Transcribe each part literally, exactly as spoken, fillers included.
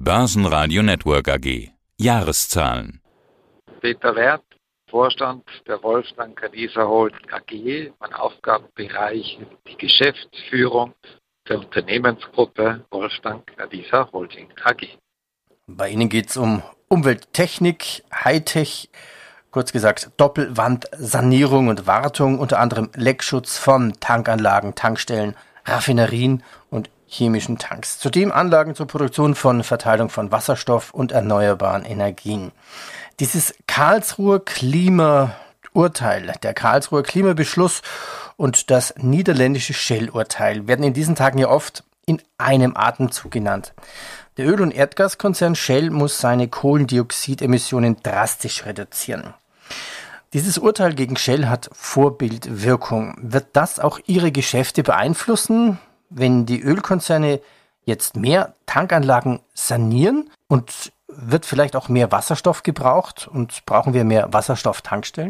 Börsenradio Network A G. Jahreszahlen. Peter Werth, Vorstand der Wolfgang Kadiesser Holding A G. Mein Aufgabenbereich ist die Geschäftsführung der Unternehmensgruppe Wolfgang Kadiesser Holding A G. Bei Ihnen geht es um Umwelttechnik, Hightech, kurz gesagt Doppelwandsanierung und Wartung, unter anderem Leckschutz von Tankanlagen, Tankstellen, Raffinerien und chemischen Tanks. Zudem Anlagen zur Produktion von Verteilung von Wasserstoff und erneuerbaren Energien. Dieses Karlsruher Klimaurteil, der Karlsruher Klimabeschluss und das niederländische Shell-Urteil werden in diesen Tagen ja oft in einem Atemzug genannt. Der Öl- und Erdgaskonzern Shell muss seine Kohlendioxidemissionen drastisch reduzieren. Dieses Urteil gegen Shell hat Vorbildwirkung. Wird das auch Ihre Geschäfte beeinflussen, wenn die Ölkonzerne jetzt mehr Tankanlagen sanieren? Und wird vielleicht auch mehr Wasserstoff gebraucht? Und brauchen wir mehr Wasserstofftankstellen?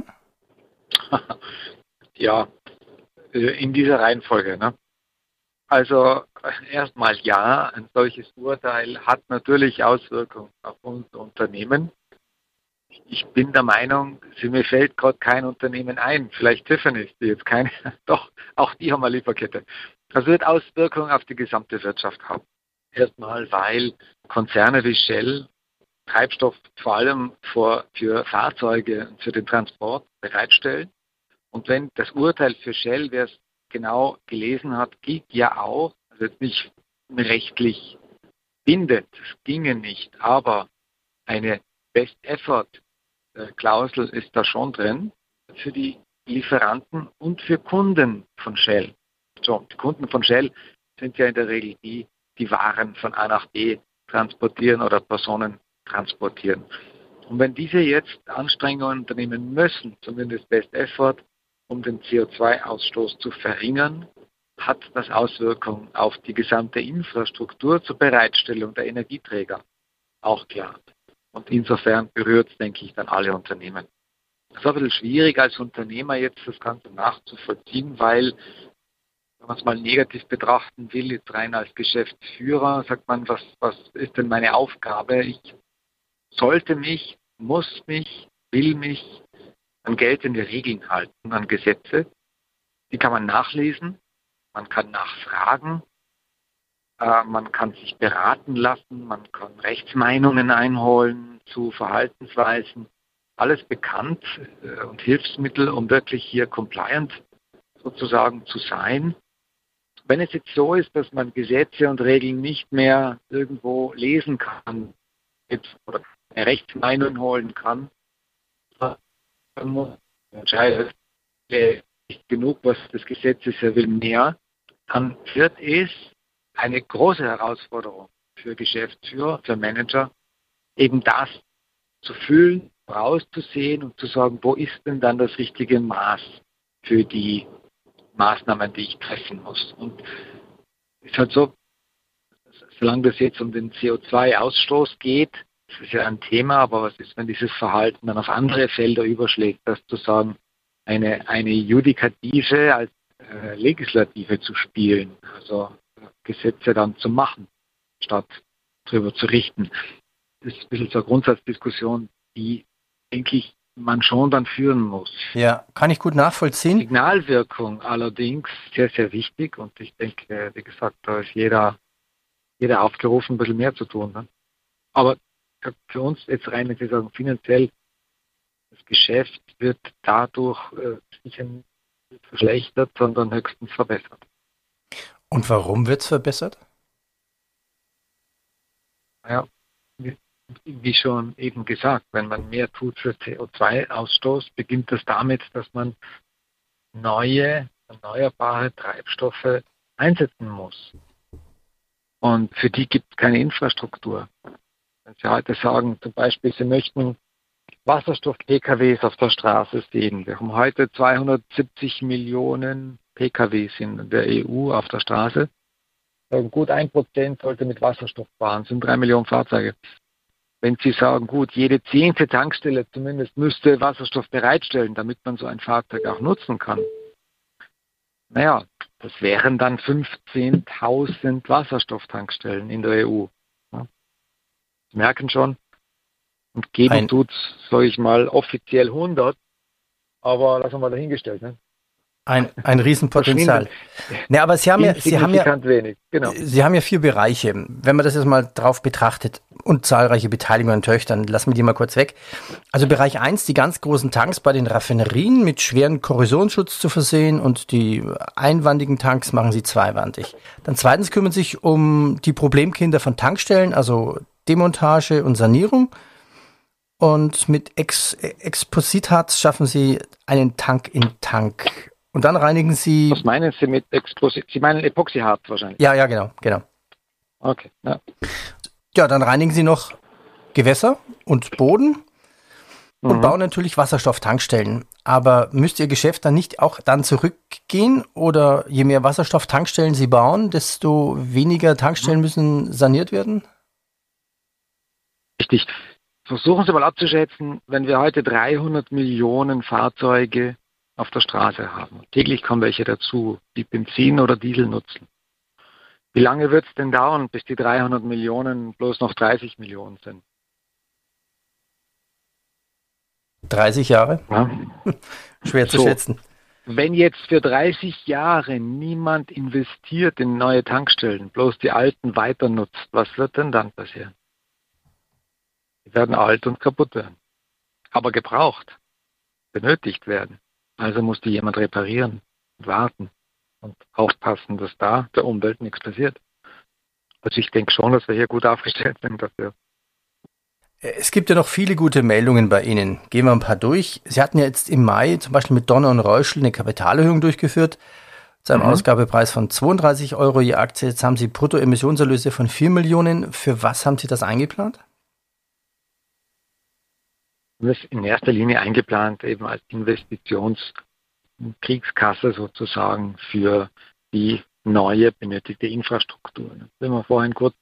Ja, in dieser Reihenfolge, ne? Also erstmal ja, ein solches Urteil hat natürlich Auswirkungen auf unser Unternehmen. Ich bin der Meinung, mir fällt gerade kein Unternehmen ein, vielleicht Tiffany, die jetzt keine, doch, auch die haben eine Lieferkette. Das wird Auswirkungen auf die gesamte Wirtschaft haben. Erstmal, weil Konzerne wie Shell Treibstoff vor allem für, für Fahrzeuge und für den Transport bereitstellen. Und wenn das Urteil für Shell, wer es genau gelesen hat, gilt ja auch, also jetzt nicht rechtlich bindet, es ginge nicht, aber eine Best-Effort-Klausel ist da schon drin für die Lieferanten und für Kunden von Shell. So, die Kunden von Shell sind ja in der Regel die, die Waren von A nach B transportieren oder Personen transportieren. Und wenn diese jetzt Anstrengungen unternehmen müssen, zumindest Best Effort, um den C O zwei Ausstoß zu verringern, hat das Auswirkungen auf die gesamte Infrastruktur zur Bereitstellung der Energieträger. Auch klar. Und insofern berührt es, denke ich, dann alle Unternehmen. Es ist ein bisschen schwierig als Unternehmer jetzt das Ganze nachzuvollziehen, weil, wenn man es mal negativ betrachten will, jetzt rein als Geschäftsführer, sagt man, was, was ist denn meine Aufgabe? Ich sollte mich, muss mich, will mich an geltende Regeln halten, an Gesetze. Die kann man nachlesen, man kann nachfragen, äh, man kann sich beraten lassen, man kann Rechtsmeinungen einholen zu Verhaltensweisen. Alles bekannt äh, und Hilfsmittel, um wirklich hier compliant sozusagen zu sein. Wenn es jetzt so ist, dass man Gesetze und Regeln nicht mehr irgendwo lesen kann oder eine Rechtsmeinung holen kann, dann muss man entscheiden, nicht genug, was das Gesetz ist, er will mehr, dann wird es eine große Herausforderung für Geschäftsführer, für Manager, eben das zu fühlen, rauszusehen und zu sagen, wo ist denn dann das richtige Maß für die Maßnahmen, die ich treffen muss. Und es ist halt so, solange das jetzt um den C O zwei Ausstoß geht, das ist ja ein Thema, aber was ist, wenn dieses Verhalten dann auf andere Felder überschlägt, das zu sagen, eine, eine Judikative als äh, Legislative zu spielen, also äh, Gesetze dann zu machen, statt drüber zu richten. Das ist ein bisschen so eine Grundsatzdiskussion, die, denke ich, man schon dann führen muss. Ja, kann ich gut nachvollziehen. Signalwirkung allerdings sehr, sehr wichtig und ich denke, wie gesagt, da ist jeder, jeder aufgerufen, ein bisschen mehr zu tun. Ne? Aber für uns jetzt rein, wenn Sie sagen, finanziell, das Geschäft wird dadurch äh, nicht verschlechtert, sondern höchstens verbessert. Und warum wird es verbessert? Ja, wie, wie schon eben gesagt, wenn man mehr tut für C O zwei Ausstoß, beginnt das damit, dass man neue, erneuerbare Treibstoffe einsetzen muss. Und für die gibt es keine Infrastruktur. Wenn Sie heute sagen, zum Beispiel, Sie möchten Wasserstoff-P K Ws auf der Straße sehen. Wir haben heute zweihundertsiebzig Millionen P K Ws in der E U auf der Straße. Gut ein Prozent sollte mit Wasserstoff fahren, das sind drei Millionen Fahrzeuge. Wenn Sie sagen, gut, jede zehnte Tankstelle zumindest müsste Wasserstoff bereitstellen, damit man so ein Fahrzeug auch nutzen kann. Naja, das wären dann fünfzehntausend Wasserstofftankstellen in der E U. merken schon. Und geben Ein- tut, sage ich mal, offiziell hundert, aber lassen wir mal dahingestellt. Ne? Ein, ein Riesenpotenzial. Ne, aber Sie haben ja, Sie haben ja, Insignifikant wenig, genau. Sie haben ja vier Bereiche. Wenn man das jetzt mal drauf betrachtet und zahlreiche Beteiligungen an Töchtern, lassen wir die mal kurz weg. Also Bereich eins, die ganz großen Tanks bei den Raffinerien mit schweren Korrosionsschutz zu versehen und die einwandigen Tanks machen Sie zweiwandig. Dann zweitens kümmern Sie sich um die Problemkinder von Tankstellen, also Demontage und Sanierung. Und mit Ex Expositats schaffen Sie einen Tank in Tank. Und dann reinigen Sie... Was meinen Sie mit Explosiv? Sie meinen Epoxyharz wahrscheinlich. Ja, ja, genau, genau. Okay, ja. Ja, dann reinigen Sie noch Gewässer und Boden und Mhm. bauen natürlich Wasserstofftankstellen. Aber müsste Ihr Geschäft dann nicht auch dann zurückgehen? Oder je mehr Wasserstofftankstellen Sie bauen, desto weniger Tankstellen müssen saniert werden? Richtig. Versuchen Sie mal abzuschätzen, wenn wir heute dreihundert Millionen Fahrzeuge auf der Straße haben. Täglich kommen welche dazu, die Benzin oder Diesel nutzen. Wie lange wird es denn dauern, bis die dreihundert Millionen bloß noch dreißig Millionen sind? dreißig Jahre? Ja. Schwer zu So. schätzen. Wenn jetzt für dreißig Jahre niemand investiert in neue Tankstellen, bloß die alten weiter nutzt, was wird denn dann passieren? Die werden alt und kaputt werden. Aber gebraucht, benötigt werden. Also muss die jemand reparieren und warten und aufpassen, dass da der Umwelt nichts passiert. Also ich denke schon, dass wir hier gut aufgestellt sind dafür. Es gibt ja noch viele gute Meldungen bei Ihnen. Gehen wir ein paar durch. Sie hatten ja jetzt im Mai zum Beispiel mit Donner und Reuschel eine Kapitalerhöhung durchgeführt zu einem Mhm. Ausgabepreis von zweiunddreißig Euro je Aktie. Jetzt haben Sie Bruttoemissionserlöse von vier Millionen. Für was haben Sie das eingeplant? Das ist in erster Linie eingeplant eben als Investitionskriegskasse sozusagen für die neue benötigte Infrastruktur. Wie wir vorhin kurz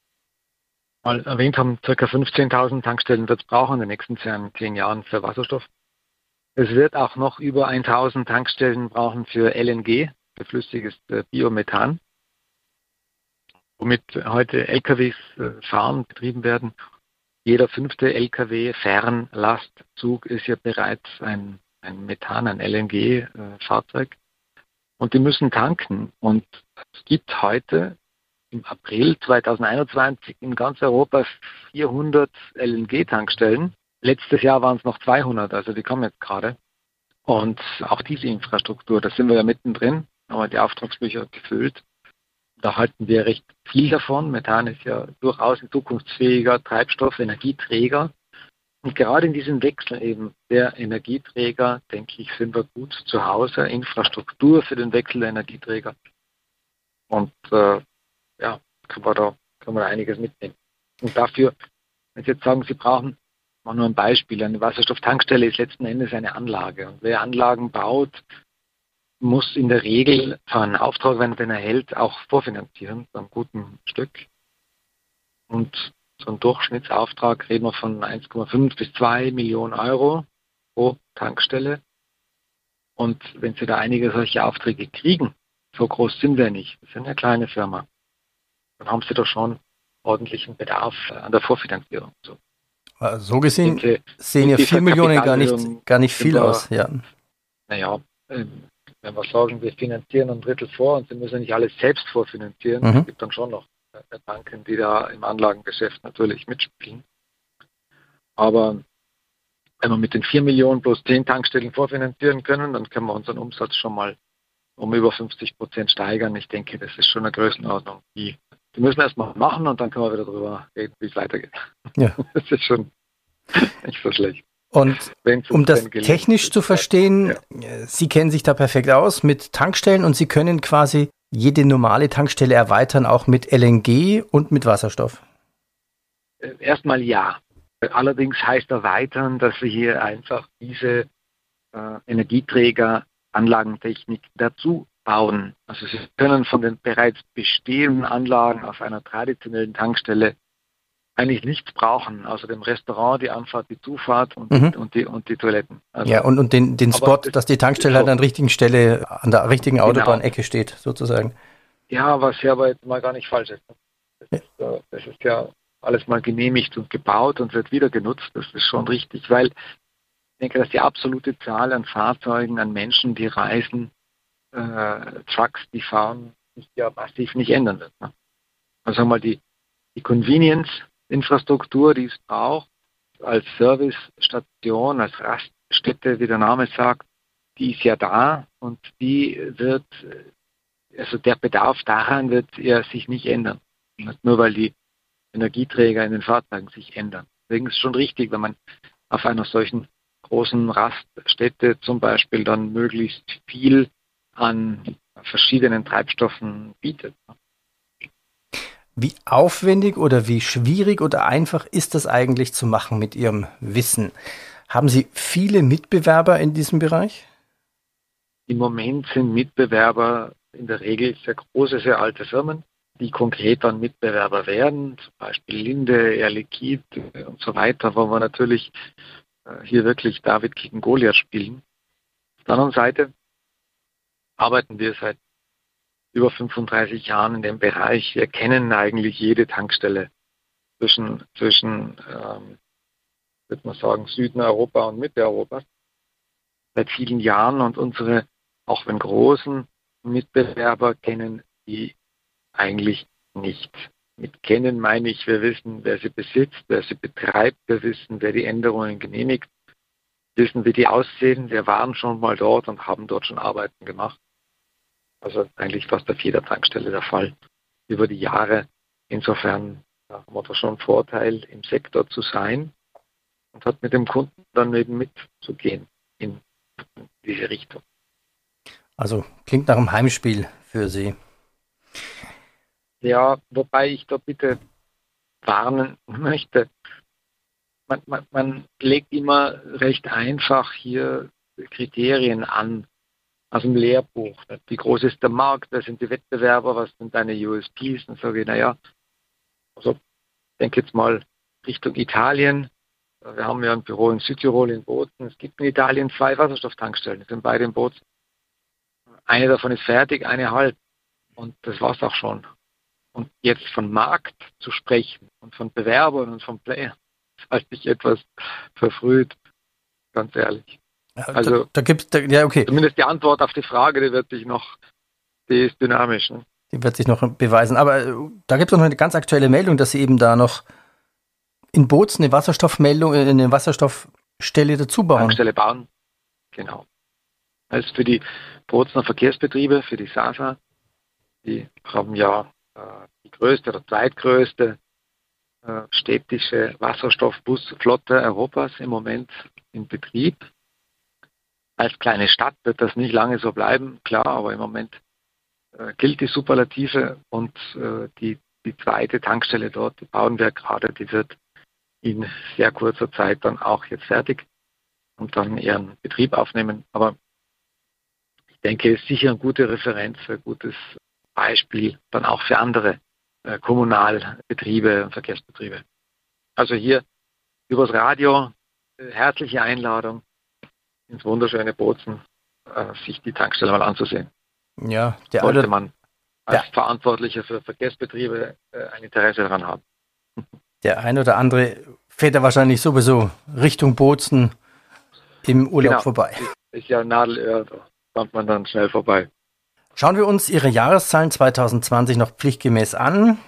mal erwähnt haben, ca. fünfzehntausend Tankstellen wird es brauchen in den nächsten zehn, zehn Jahren für Wasserstoff. Es wird auch noch über tausend Tankstellen brauchen für L N G, für flüssiges äh, Biomethan, womit heute L K Ws äh, fahren, betrieben werden. Jeder fünfte L K W-Fernlastzug ist ja bereits ein, ein Methan, ein L N G-Fahrzeug. Und die müssen tanken. Und es gibt heute im April zweitausendeinundzwanzig in ganz Europa vierhundert L N G-Tankstellen. Letztes Jahr waren es noch zweihundert, also die kommen jetzt gerade. Und auch diese Infrastruktur, da sind wir ja mittendrin, haben wir die Auftragsbücher gefüllt. Da halten wir recht viel davon. Methan ist ja durchaus ein zukunftsfähiger Treibstoff, Energieträger. Und gerade in diesem Wechsel eben der Energieträger, denke ich, sind wir gut zu Hause. Infrastruktur für den Wechsel der Energieträger. Und äh, ja, kann man, da, kann man da einiges mitnehmen. Und dafür, wenn Sie jetzt sagen, Sie brauchen, mal nur ein Beispiel, eine Wasserstofftankstelle ist letzten Endes eine Anlage. Und wer Anlagen baut, muss in der Regel für einen Auftrag, wenn er den erhält, auch vorfinanzieren, so einem guten Stück. Und so ein Durchschnittsauftrag reden wir von eins Komma fünf bis zwei Millionen Euro pro Tankstelle. Und wenn Sie da einige solche Aufträge kriegen, so groß sind wir nicht, wir sind eine kleine Firma, dann haben Sie doch schon ordentlichen Bedarf an der Vorfinanzierung. So, So gesehen denke, sehen ja mit vier dieser Millionen gar Kapitalerhöhung nicht, gar nicht viel sind wir- aus. Ja. Naja, ähm, wenn wir sagen, wir finanzieren ein Drittel vor und Sie müssen nicht alles selbst vorfinanzieren, Mhm. es gibt dann schon noch äh, Banken, die da im Anlagengeschäft natürlich mitspielen. Aber wenn wir mit den vier Millionen plus zehn Tankstellen vorfinanzieren können, dann können wir unseren Umsatz schon mal um über fünfzig Prozent steigern. Ich denke, das ist schon eine Größenordnung. Die, die müssen erst mal machen und dann können wir wieder darüber reden, wie es weitergeht. Ja. Das ist schon nicht so schlecht. Und Wenn's uns um das denn gelingt. technisch zu verstehen, äh, Sie kennen sich da perfekt aus mit Tankstellen und Sie können quasi jede normale Tankstelle erweitern, auch mit L N G und mit Wasserstoff. Äh, Erstmal ja. Allerdings heißt erweitern, dass wir hier einfach diese äh, Energieträger, Anlagentechnik dazu bauen. Also Sie können von den bereits bestehenden Anlagen auf einer traditionellen Tankstelle eigentlich nichts brauchen, außer dem Restaurant, die Anfahrt, die Zufahrt und, Mhm. und, die, und die Toiletten. Also, Ja, und, und den, den aber Spot, das dass die Tankstelle ist halt so. an der richtigen Stelle, an der richtigen Genau. Autobahnecke steht, sozusagen. ja, was ja aber jetzt mal gar nicht falsch ist. Das ist, äh, das ist ja alles mal genehmigt und gebaut und wird wieder genutzt. Das ist schon richtig, weil ich denke, dass die absolute Zahl an Fahrzeugen, an Menschen, die reisen, äh, Trucks, die fahren, sich ja massiv nicht ändern wird. Ne? Also mal die, die Convenience-Infrastruktur, die es braucht, als Servicestation, als Raststätte, wie der Name sagt, die ist ja da und die wird, also der Bedarf daran wird ja sich nicht ändern. Nur weil die Energieträger in den Fahrzeugen sich ändern. Deswegen ist es schon richtig, wenn man auf einer solchen großen Raststätte zum Beispiel dann möglichst viel an verschiedenen Treibstoffen bietet. Wie aufwendig oder wie schwierig oder einfach ist das eigentlich zu machen mit Ihrem Wissen? Haben Sie viele Mitbewerber in diesem Bereich? Im Moment sind Mitbewerber in der Regel sehr große, sehr alte Firmen, die konkret dann Mitbewerber werden, zum Beispiel Linde, Air Liquide und so weiter, wo wir natürlich hier wirklich David gegen Goliath spielen. Auf der anderen Seite arbeiten wir seit über fünfunddreißig Jahren in dem Bereich. Wir kennen eigentlich jede Tankstelle zwischen, zwischen ähm, würde man sagen, Süden Europa und Mitte Europas seit vielen Jahren und unsere, auch wenn großen Mitbewerber kennen die eigentlich nicht. Mit kennen meine ich, wir wissen, wer sie besitzt, wer sie betreibt, wir wissen, wer die Änderungen genehmigt, wissen, wie die aussehen. Wir waren schon mal dort und haben dort schon Arbeiten gemacht. Also eigentlich fast auf jeder Tankstelle der Fall über die Jahre. Insofern ja, haben wir da schon einen Vorteil, im Sektor zu sein und hat mit dem Kunden dann eben mitzugehen in diese Richtung. Also klingt nach einem Heimspiel für Sie. Ja, wobei ich da bitte warnen möchte. Man, man, man legt immer recht einfach hier Kriterien an aus dem Lehrbuch. Wie groß ist der Markt, wer sind die Wettbewerber, was sind deine U S Ps? Dann sage ich, naja, also ich denke jetzt mal Richtung Italien. Wir haben ja ein Büro in Südtirol in Bozen. Es gibt in Italien zwei Wasserstofftankstellen, die sind beide in Bozen. Eine davon ist fertig, eine halb. Und das war's auch schon. Und jetzt von Markt zu sprechen und von Bewerbern und von Playern, das halte ich etwas verfrüht, ganz ehrlich. Also da, da gibt's, da, ja, okay. Zumindest die Antwort auf die Frage, die wird sich noch, die ist dynamisch. Ne? Die wird sich noch beweisen. Aber äh, da gibt es noch eine ganz aktuelle Meldung, dass Sie eben da noch in Bozen eine Wasserstoffmeldung, äh, eine Wasserstoffstelle dazu bauen. Tankstelle bauen, genau. Das ist für die Bozener Verkehrsbetriebe, für die S A S A. Die haben ja äh, die größte oder zweitgrößte äh, städtische Wasserstoffbusflotte Europas im Moment in Betrieb. Als kleine Stadt wird das nicht lange so bleiben, klar, aber im Moment äh, gilt die Superlative und äh, die, die zweite Tankstelle dort, die bauen wir gerade, die wird in sehr kurzer Zeit dann auch jetzt fertig und dann ihren Betrieb aufnehmen. Aber ich denke, es ist sicher eine gute Referenz, ein gutes Beispiel dann auch für andere äh, Kommunalbetriebe und Verkehrsbetriebe. Also hier übers Radio äh, herzliche Einladung ins wunderschöne Bozen, äh, sich die Tankstelle mal anzusehen. Ja, der sollte oder, man als ja. Verantwortlicher für Verkehrsbetriebe äh, ein Interesse daran haben. Der ein oder andere fährt ja wahrscheinlich sowieso Richtung Bozen im Urlaub genau. vorbei. Ist ja Nadelöhr, da kommt man dann schnell vorbei. Schauen wir uns Ihre Jahreszahlen zwanzig zwanzig noch pflichtgemäß an.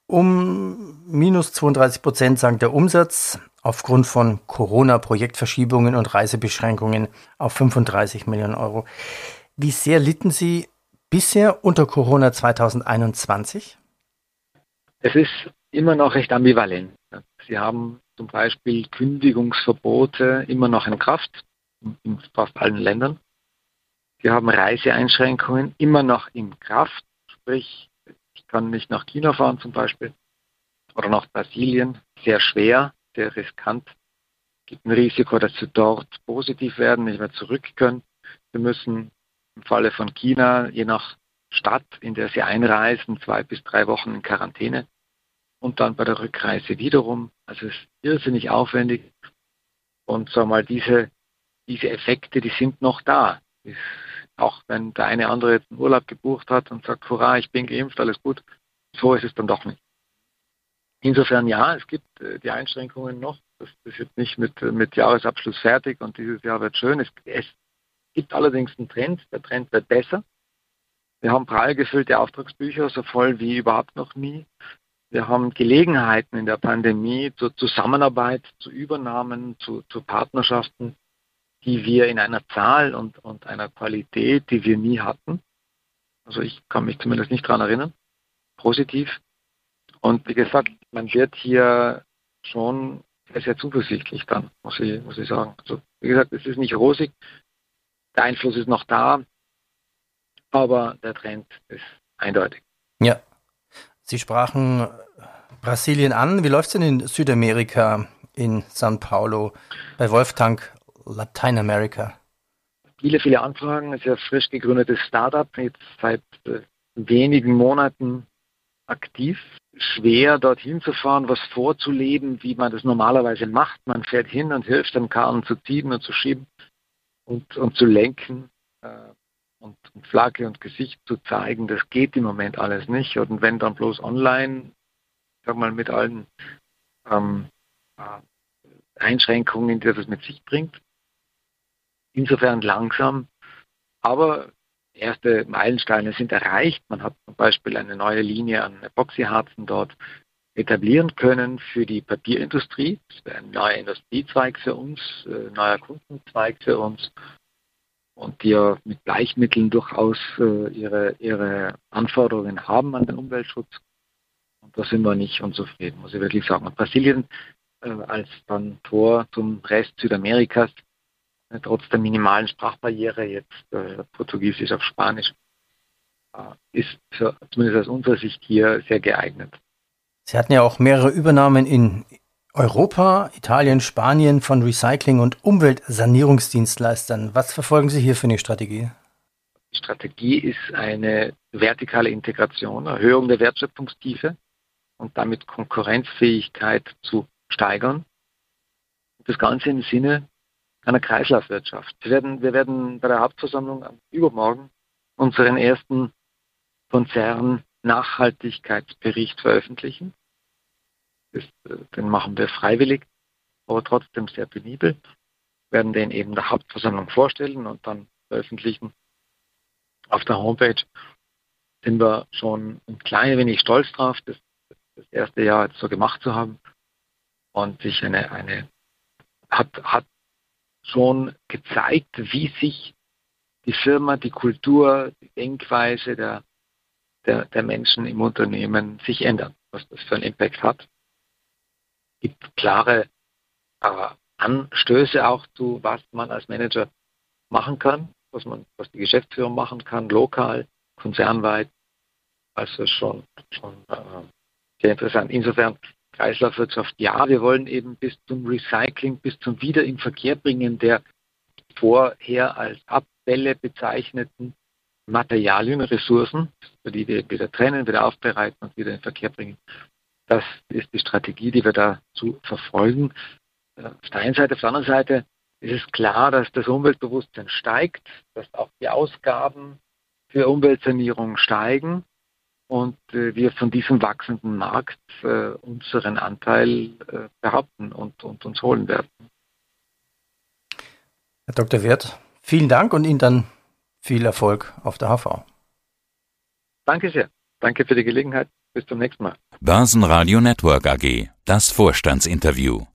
Um minus zweiunddreißig Prozent sank der Umsatz aufgrund von Corona-Projektverschiebungen und Reisebeschränkungen auf fünfunddreißig Millionen Euro. Wie sehr litten Sie bisher unter Corona zwanzig einundzwanzig? Es ist immer noch recht ambivalent. Sie haben zum Beispiel Kündigungsverbote immer noch in Kraft, in fast allen Ländern. Sie haben Reiseeinschränkungen immer noch in Kraft, sprich, ich kann nicht nach China fahren zum Beispiel oder nach Brasilien, sehr schwer, sehr riskant. Es gibt ein Risiko, dass sie dort positiv werden, nicht mehr zurück können. Sie müssen im Falle von China, je nach Stadt, in der sie einreisen, zwei bis drei Wochen in Quarantäne und dann bei der Rückreise wiederum. Also es ist irrsinnig aufwendig und sag mal, diese, diese Effekte, die sind noch da. Auch wenn der eine andere jetzt einen Urlaub gebucht hat und sagt, hurra, ich bin geimpft, alles gut, so ist es dann doch nicht. Insofern ja, es gibt äh, die Einschränkungen noch. Das ist jetzt nicht mit, mit Jahresabschluss fertig und dieses Jahr wird schön. Es, es gibt allerdings einen Trend. Der Trend wird besser. Wir haben prall gefüllte Auftragsbücher, so voll wie überhaupt noch nie. Wir haben Gelegenheiten in der Pandemie zur Zusammenarbeit, zu Übernahmen, zu, zu Partnerschaften, die wir in einer Zahl und, und einer Qualität, die wir nie hatten. Also ich kann mich zumindest nicht daran erinnern. Positiv. Und wie gesagt, man wird hier schon sehr, sehr zuversichtlich dann, muss ich, muss ich sagen. Also wie gesagt, es ist nicht rosig. Der Einfluss ist noch da. Aber der Trend ist eindeutig. Ja. Sie sprachen Brasilien an. Wie läuft es denn in Südamerika, in São Paulo, bei Wolftank Lateinamerika? Viele, viele Anfragen. Es ist ja frisch gegründetes Startup, jetzt seit äh, wenigen Monaten aktiv. Schwer, dorthin zu fahren, was vorzuleben, wie man das normalerweise macht. Man fährt hin und hilft dem Karren zu ziehen und zu schieben und, und zu lenken. Äh, Und, und Flagge und Gesicht zu zeigen, das geht im Moment alles nicht. Und wenn dann bloß online, sag mal, mit allen ähm, Einschränkungen, die das mit sich bringt. Insofern langsam. Aber erste Meilensteine sind erreicht. Man hat zum Beispiel eine neue Linie an Epoxyharzen dort etablieren können für die Papierindustrie. Das wäre ein neuer Industriezweig für uns, äh, neuer Kundenzweig für uns. Und die ja mit Bleichmitteln durchaus äh, ihre, ihre Anforderungen haben an den Umweltschutz. Und da sind wir nicht unzufrieden, muss ich wirklich sagen. Und Brasilien äh, als dann Tor zum Rest Südamerikas, äh, trotz der minimalen Sprachbarriere, jetzt äh, Portugiesisch auf Spanisch, äh, ist für, zumindest aus unserer Sicht hier sehr geeignet. Sie hatten ja auch mehrere Übernahmen in Europa, Italien, Spanien von Recycling- und Umweltsanierungsdienstleistern. Was verfolgen Sie hier für eine Strategie? Die Strategie ist eine vertikale Integration, Erhöhung der Wertschöpfungstiefe und damit Konkurrenzfähigkeit zu steigern. Das Ganze im Sinne einer Kreislaufwirtschaft. Wir werden, wir werden bei der Hauptversammlung übermorgen unseren ersten Konzern-Nachhaltigkeitsbericht veröffentlichen. Das, den machen wir freiwillig, aber trotzdem sehr penibel. Wir werden den eben der Hauptversammlung vorstellen und dann veröffentlichen. Auf der Homepage sind wir schon ein klein wenig stolz drauf, das, das erste Jahr jetzt so gemacht zu haben. Und sich eine, eine hat, hat schon gezeigt, wie sich die Firma, die Kultur, die Denkweise der, der, der Menschen im Unternehmen sich ändert, was das für einen Impact hat. Es gibt klare äh, Anstöße auch zu, was man als Manager machen kann, was man, was die Geschäftsführung machen kann, lokal, konzernweit. Also schon, schon äh, sehr interessant. Insofern Kreislaufwirtschaft, ja, wir wollen eben bis zum Recycling, bis zum Wiederinverkehrbringen der vorher als Abfälle bezeichneten Materialien, Ressourcen, die wir wieder trennen, wieder aufbereiten und wieder in den Verkehr bringen. Das ist die Strategie, die wir da zu verfolgen. Auf der einen Seite, auf der anderen Seite ist es klar, dass das Umweltbewusstsein steigt, dass auch die Ausgaben für Umweltsanierung steigen und äh, wir von diesem wachsenden Markt äh, unseren Anteil äh, behaupten und, und uns holen werden. Herr Doktor Wirth, vielen Dank und Ihnen dann viel Erfolg auf der H V. Danke sehr. Danke für die Gelegenheit. Bis zum nächsten Mal. Börsenradio Network A G. Das Vorstandsinterview.